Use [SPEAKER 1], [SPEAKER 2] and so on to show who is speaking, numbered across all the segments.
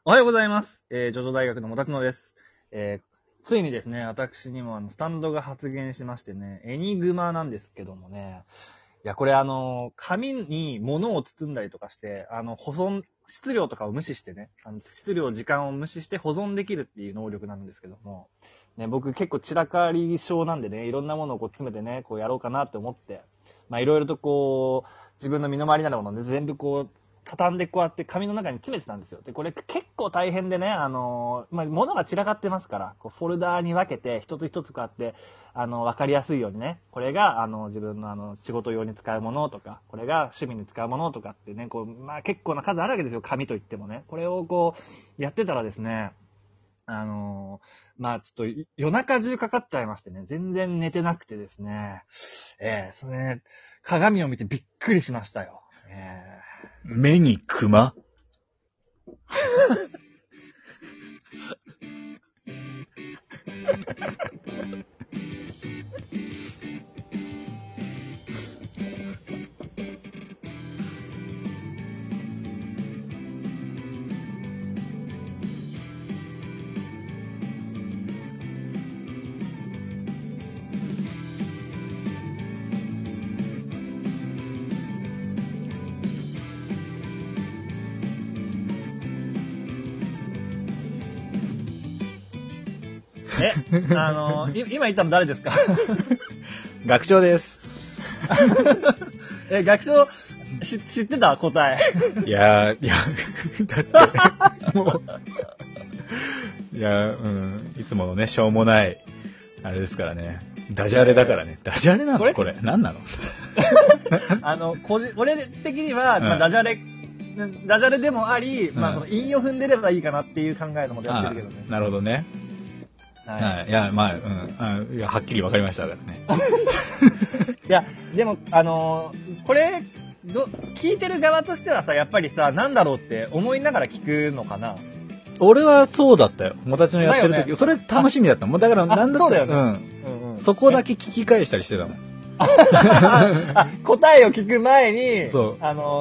[SPEAKER 1] おはようございます。ジョジョ大学のもたちのです。ついにですね、私にもスタンドが発言しましてね、エニグマなんですけどもね、いや、これ紙に物を包んだりとかして、質量とかを無視してね、質量、時間を無視して保存できるっていう能力なんですけども、ね、僕結構散らかり症なんでね、いろんなものをこう詰めてね、こうやろうかなって思って、いろいろとこう、自分の身の回りになるものをね、全部こう、畳んでこうやって紙の中に詰めてたんですよ。で、これ結構大変でね、物が散らかってますから、こうフォルダーに分けて、一つ一つこうやって、わかりやすいようにね、これが、自分の仕事用に使うものとか、これが趣味に使うものとかってね、こう、結構な数あるわけですよ、紙といってもね。これをこう、やってたらですね、ちょっと夜中中かかっちゃいましてね、全然寝てなくてですね、それね、鏡を見てびっくりしましたよ。
[SPEAKER 2] 目にクマ
[SPEAKER 1] 今言ったの誰ですか？
[SPEAKER 2] 学長です。
[SPEAKER 1] 学長、知ってた答え。
[SPEAKER 2] いや、だって、もう、いつものね、しょうもない、あれですからね。ダジャレだからね。ダジャレなのこれ。何なの
[SPEAKER 1] 俺的には、ダジャレでもあり、その韻を踏んでればいいかなっていう考えのもとやってるけどね。
[SPEAKER 2] なるほどね。はい。いや、はっきり分かりましたからね。
[SPEAKER 1] いや、でも、これ、聞いてる側としてはさ、やっぱりさ、なんだろうって思いながら聞くのかな？
[SPEAKER 2] 俺はそうだったよ。もたちのやってる時、ね、それ楽しみだったもん。だから、なんだ
[SPEAKER 1] そうだよね。
[SPEAKER 2] そこだけ聞き返したりしてたもん。
[SPEAKER 1] 答えを聞く前に、
[SPEAKER 2] そう。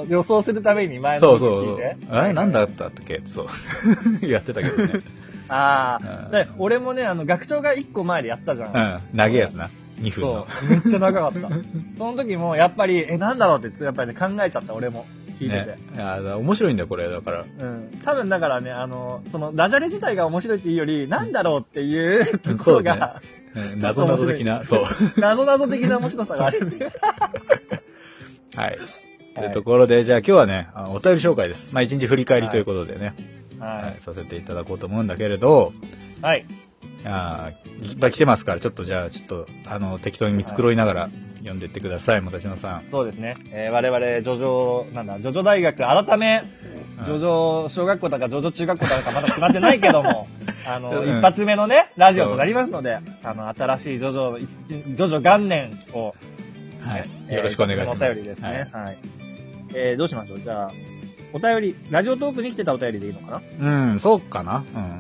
[SPEAKER 1] 予想するために前の聞いて。
[SPEAKER 2] そう。なんだったっけそう。やってたけどね。
[SPEAKER 1] で俺もね、学長が1個前でやったじゃん。
[SPEAKER 2] 長いやつな。2分の。
[SPEAKER 1] そう。めっちゃ長かった。その時も、やっぱり、なんだろうって、やっぱりね、考えちゃった、俺も。聞いてて。
[SPEAKER 2] ね、いや、面白いんだよ、これ、だから。
[SPEAKER 1] 多分だからね、その、ダジャレ自体が面白いっていうより、なんだろうっていうところが、
[SPEAKER 2] 謎々的な、そう。
[SPEAKER 1] 謎々的な面白さがあるんで。
[SPEAKER 2] はい。というところで、じゃあ今日はね、お便り紹介です。一日振り返りということでね。はい。させていただこうと思うんだけれど。
[SPEAKER 1] はい。
[SPEAKER 2] いっぱい来てますから、ちょっと適当に見繕いながら読んでいってください、もたちのさん。
[SPEAKER 1] そうですね。我々、ジョジョ大学、改め、ジョジョ小学校だか、ジョジョ中学校だかまだ決まってないけども、一発目のね、ラジオとなりますので、新しいジョジョ元年を、
[SPEAKER 2] はい。よろしくお願いします。
[SPEAKER 1] お便りですね。はい。どうしましょう。じゃあ、お便り、ラジオトークに来てたお便りでいいのかな？
[SPEAKER 2] そうかな。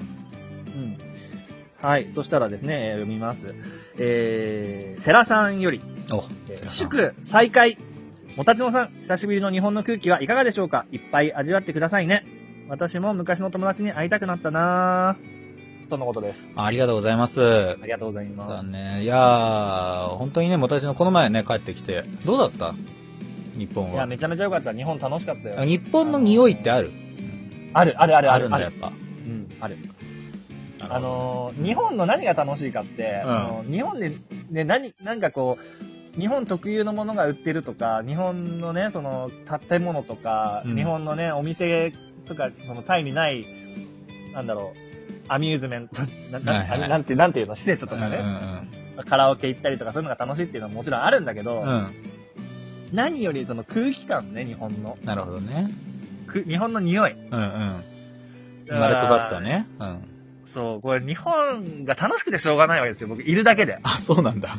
[SPEAKER 1] はい。そしたらですね、読みます。セラさんより。祝再開。もたちのさん、久しぶりの日本の空気はいかがでしょうか？いっぱい味わってくださいね。私も昔の友達に会いたくなったなぁ。とのことです。
[SPEAKER 2] ありがとうございます。
[SPEAKER 1] ありがとうございます。
[SPEAKER 2] そうね。いやー、本当にね、もたちのこの前ね、帰ってきて、どうだった日本は。
[SPEAKER 1] いや、めちゃめちゃ良かった。日本楽しかったよ。
[SPEAKER 2] 日本の匂いってある？
[SPEAKER 1] ある
[SPEAKER 2] んだ、やっぱ。
[SPEAKER 1] ある。日本の何が楽しいかって、日本で、ね、なんかこう、日本特有のものが売ってるとか、日本のね、その、建物とか、日本のね、お店とか、その、タイにない、なんだろう、アミューズメント、なんていうの、施設とかね、カラオケ行ったりとか、そういうのが楽しいっていうのはもちろんあるんだけど、何よりその空気感ね、日本の。
[SPEAKER 2] なるほどね。
[SPEAKER 1] 日本の匂い。
[SPEAKER 2] 生まれ育ったね。
[SPEAKER 1] そう、これ日本が楽しくてしょうがないわけですよ、僕、いるだけで。
[SPEAKER 2] あ、そうなんだ。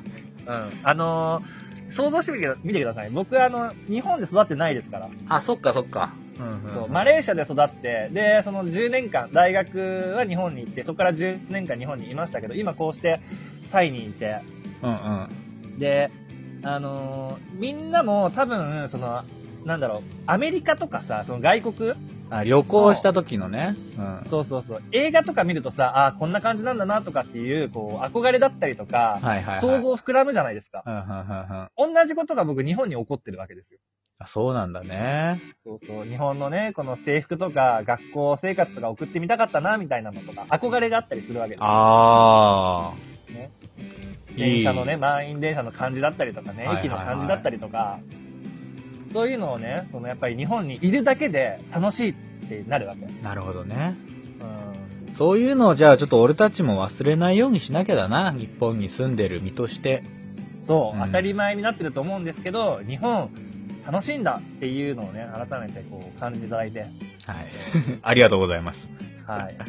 [SPEAKER 1] 想像してみてください。僕、日本で育ってないですから。
[SPEAKER 2] あ、そっか。そう、
[SPEAKER 1] マレーシアで育って、で、その10年間、大学は日本に行って、そこから10年間日本にいましたけど、今こうしてタイにいて、で、みんなも多分、アメリカとかさ、その外国
[SPEAKER 2] 旅行した時のね。うん。
[SPEAKER 1] そうそうそう。映画とか見るとさ、こんな感じなんだなとかっていう、こう、憧れだったりとか、
[SPEAKER 2] はいはいはい。
[SPEAKER 1] 想像膨らむじゃないですか。同じことが僕、日本に起こってるわけですよ。
[SPEAKER 2] そうなんだね。
[SPEAKER 1] そうそう。日本のね、この制服とか、学校生活とか送ってみたかったな、みたいなのとか、憧れがあったりするわけですよ。ね。電車のね、満員電車の感じだったりとかね、駅の感じだったりとか、そういうのをね、やっぱり日本にいるだけで楽しいってなるわけ。
[SPEAKER 2] なるほどね。そういうのをじゃあちょっと俺たちも忘れないようにしなきゃだな。日本に住んでる身として。
[SPEAKER 1] そう、当たり前になってると思うんですけど、日本楽しいんだっていうのをね、改めてこう感じていただいて。はい。
[SPEAKER 2] ありがとうございます。
[SPEAKER 1] はい。はい、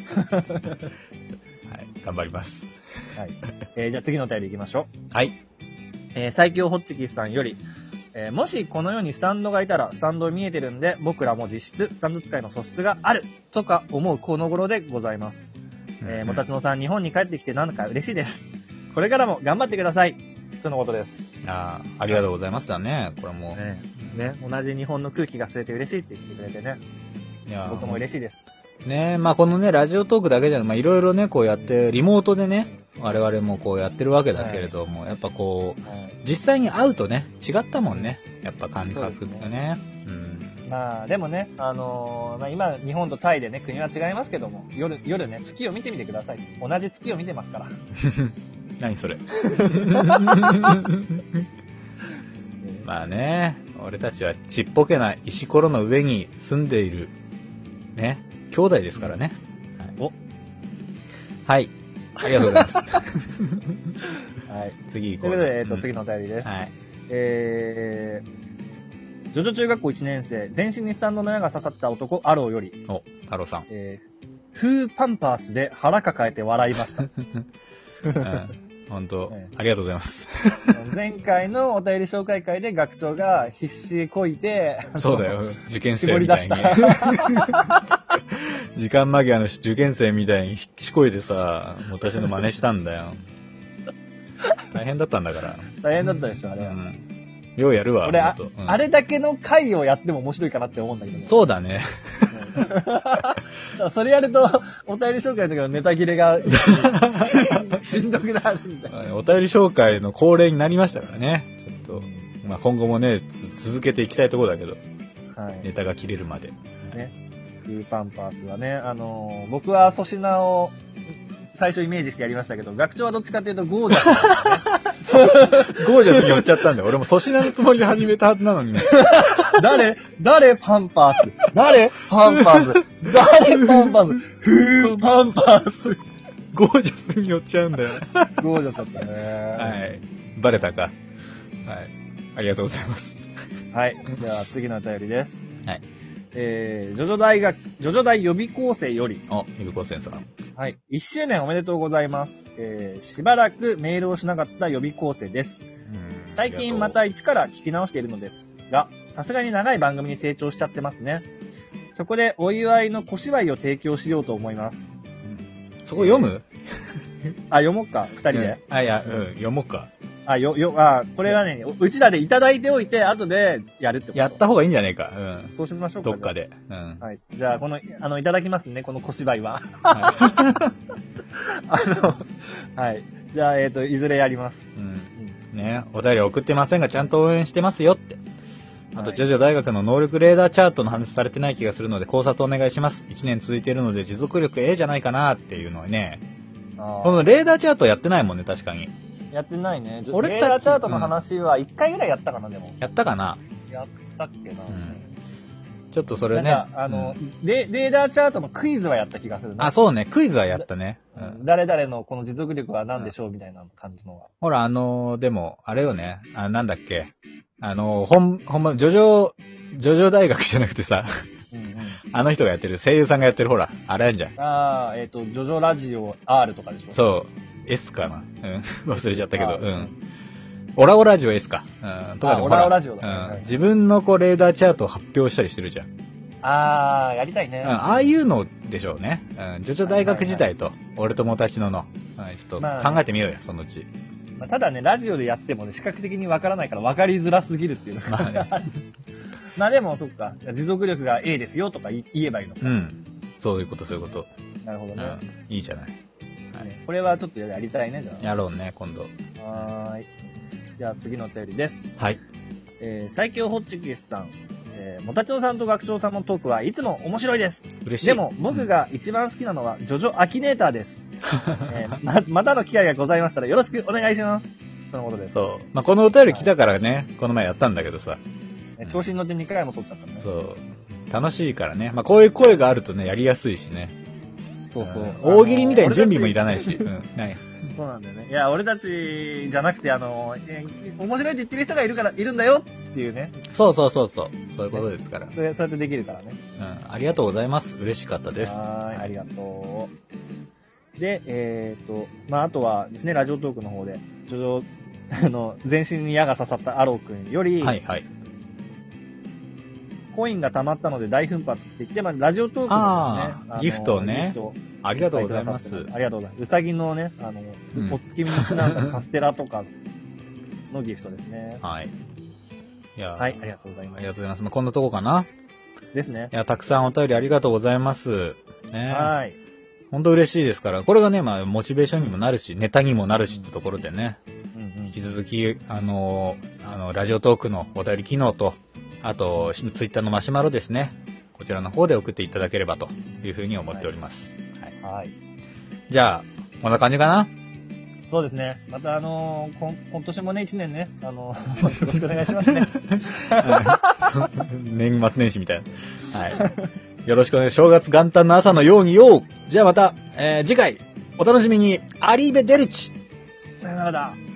[SPEAKER 2] 頑張ります。
[SPEAKER 1] はい。じゃあ次のお便り行きましょ
[SPEAKER 2] う。はい。
[SPEAKER 1] 最強ホッチキスさんより、もしこの世にスタンドがいたらスタンド見えてるんで僕らも実質スタンド使いの素質があるとか思うこの頃でございます。もたつのさん日本に帰ってきてなんか嬉しいです。これからも頑張ってください。とのことです。
[SPEAKER 2] ありがとうございますだね。これも。
[SPEAKER 1] ね、同じ日本の空気が吸えて嬉しいって言ってくれてね。いや僕も嬉しいです。
[SPEAKER 2] ねまあこのね、ラジオトークだけじゃなく、まあいろいろね、こうやって、リモートでね、我々もこうやってるわけだけれども、やっぱこう、実際に会うとね、違ったもんね。やっぱ感覚ってね。
[SPEAKER 1] まあでもね、まあ今日本とタイでね、国は違いますけども、夜ね、月を見てみてください。同じ月を見てますから。
[SPEAKER 2] 何それ。まあね、俺たちはちっぽけな石ころの上に住んでいる、ね、兄弟ですからね。はい。ありがとうございます。はい。
[SPEAKER 1] 次行こう。ということで、次のお便りです。はい。ジョジョ中学校1年生、全身にスタンドの矢が刺さった男、アローより。
[SPEAKER 2] アローさん。
[SPEAKER 1] フーパンパースで腹抱えて笑いました。
[SPEAKER 2] 本当、ありがとうございます。
[SPEAKER 1] 前回のお便り紹介会で学長が必死こいて、
[SPEAKER 2] そうだよ、受験生みたいに。時間間際の受験生みたいに必死こいてさ、私の真似したんだよ。大変だったんだから。
[SPEAKER 1] 大変だったでしょ、あれ。
[SPEAKER 2] ようやるわ。
[SPEAKER 1] 俺、あれだけの回をやっても面白いかなって思うんだけど。
[SPEAKER 2] そうだね。
[SPEAKER 1] それやると、お便り紹介の時のネタ切れがしんどくなるんだよ。
[SPEAKER 2] お便り紹介の恒例になりましたからね。ちょっと、まあ、今後もね、続けていきたいところだけど、ネタが切れるまで。
[SPEAKER 1] ね。フーパンパースはね、僕は粗品を最初イメージしてやりましたけど、学長はどっちかっていうとゴージャスなんですね。
[SPEAKER 2] ゴージャスに寄っちゃったんだよ。俺も粗品のつもりで始めたはずなのにね。
[SPEAKER 1] 誰パンパース誰パンパース誰パンパースフーパンパース
[SPEAKER 2] ゴージャスに寄っちゃうんだよ。
[SPEAKER 1] ゴージャスだったね。
[SPEAKER 2] はい。バレたか。はい。ありがとうございます。
[SPEAKER 1] はい。では次のお便りです。
[SPEAKER 2] はい。
[SPEAKER 1] ジョジョ大予備校生より。
[SPEAKER 2] 予備校生さん。
[SPEAKER 1] はい。1周年おめでとうございます。しばらくメールをしなかった予備校生です。最近また一から聞き直しているのですが、さすがに長い番組に成長しちゃってますね。そこでお祝いの小芝居を提供しようと思います。
[SPEAKER 2] そこ読む？
[SPEAKER 1] 読もうか、二人で。
[SPEAKER 2] 読もうか。
[SPEAKER 1] これはね、うちらでいただいておいて、後でやるってこと。
[SPEAKER 2] やった方がいいんじゃねえか。
[SPEAKER 1] そうしましょうか。
[SPEAKER 2] どっかで。
[SPEAKER 1] はい。じゃあ、いただきますね、この小芝居は。はい。じゃあ、いずれやります。
[SPEAKER 2] ね、お便り送ってませんが、ちゃんと応援してますよって。あと、ジョジョ大学の能力レーダーチャートの話されてない気がするので、考察お願いします。1年続いているので、持続力じゃないかなっていうのはね。このレーダーチャートやってないもんね、確かに。
[SPEAKER 1] やってないね。レーダーチャートの話は1回ぐらいやったかな、でも。
[SPEAKER 2] やったかな？
[SPEAKER 1] やったっけな。
[SPEAKER 2] ちょっとそれね。
[SPEAKER 1] レーダーチャートのクイズはやった気がするね。
[SPEAKER 2] そうね、クイズはやったね。
[SPEAKER 1] 誰々のこの持続力は何でしょうみたいな感じのは。
[SPEAKER 2] ほら、でも、あれよね。なんだっけ。ほんま、ジョジョ大学じゃなくてさ、あの人がやってる、声優さんがやってるほら、あれやんじゃん。
[SPEAKER 1] ジョジョラジオ R とかでしょ。
[SPEAKER 2] そう。S かな。忘れちゃったけど。オラオラジオ S か。
[SPEAKER 1] とかでもオラオラジオだ
[SPEAKER 2] ね。自分のレーダーチャートを発表したりしてるじゃん。
[SPEAKER 1] やりたいね。
[SPEAKER 2] ああいうのでしょうね。ジョジョ大学時代と、俺友達の、ちょっと考えてみようよ、そのうち。
[SPEAKER 1] ただね、ラジオでやってもね、視覚的にわからないから分かりづらすぎるっていうのが。 まあでも、そっか。持続力が A ですよとか言えばいいのか。
[SPEAKER 2] うん。そういうこと、そういうこと。
[SPEAKER 1] なるほどね。
[SPEAKER 2] うん。いいじゃない。はい。
[SPEAKER 1] これはちょっとやりたいね、じゃあ。
[SPEAKER 2] やろうね、今度。
[SPEAKER 1] はーい。じゃあ次のお便りです。
[SPEAKER 2] はい。
[SPEAKER 1] 最強ホッチキスさん。もたちのさんと学長さんのトークはいつも面白いです。
[SPEAKER 2] 嬉しい。
[SPEAKER 1] でも、僕が一番好きなのは、ジョジョアキネーターです。またの機会がございましたらよろしくお願いします。そのことです。
[SPEAKER 2] そう。まあ、このお便り来たからね、この前やったんだけどさ。
[SPEAKER 1] 調子に乗って2回も撮っちゃったね。
[SPEAKER 2] そう。楽しいからね。まあ、こういう声があるとね、やりやすいしね。
[SPEAKER 1] そうそう。
[SPEAKER 2] 大喜利みたいに準備もいらないし。うん。ない。
[SPEAKER 1] そうなんだよね。いや、俺たちじゃなくて、面白いって言ってる人がいるんだよっていうね。
[SPEAKER 2] そう。そういうことですから。
[SPEAKER 1] そうやってできるからね。
[SPEAKER 2] うん。ありがとうございます。嬉しかったです。
[SPEAKER 1] はい、ありがとう。で、まあ、あとはですね、ラジオトークの方で、ジョジョ、全身に矢が刺さったアロー君より、
[SPEAKER 2] はいはい。
[SPEAKER 1] コインが溜まったので大奮発って言って、まあ、ラジオトークのですね、
[SPEAKER 2] ギフトね。ありがとうございます。
[SPEAKER 1] ありがとうございます。うさぎのね、お月見にちなんだカステラとかのギフトですね。
[SPEAKER 2] はい。いや、
[SPEAKER 1] はい、ありがとうございます。
[SPEAKER 2] ありがとうございます。まあ、こんなとこかな。
[SPEAKER 1] ですね。
[SPEAKER 2] いや、たくさんお便りありがとうございます。ね。
[SPEAKER 1] はい。
[SPEAKER 2] 本当嬉しいですから、これがね、まあ、モチベーションにもなるし、ネタにもなるしってところでね、引き続き、ラジオトークのお便り機能と、あと、ツイッターのマシュマロですね。こちらの方で送っていただければというふうに思っております。
[SPEAKER 1] はい。はい、
[SPEAKER 2] じゃあ、こんな感じかな？
[SPEAKER 1] そうですね。また今年もね、1年ね、よろしくお願いしますね。
[SPEAKER 2] 年末年始みたいな。はい。よろしくお願いします。正月元旦の朝のようによう。じゃあまた、次回、お楽しみに。アリーベデルチ。
[SPEAKER 1] さよならだ。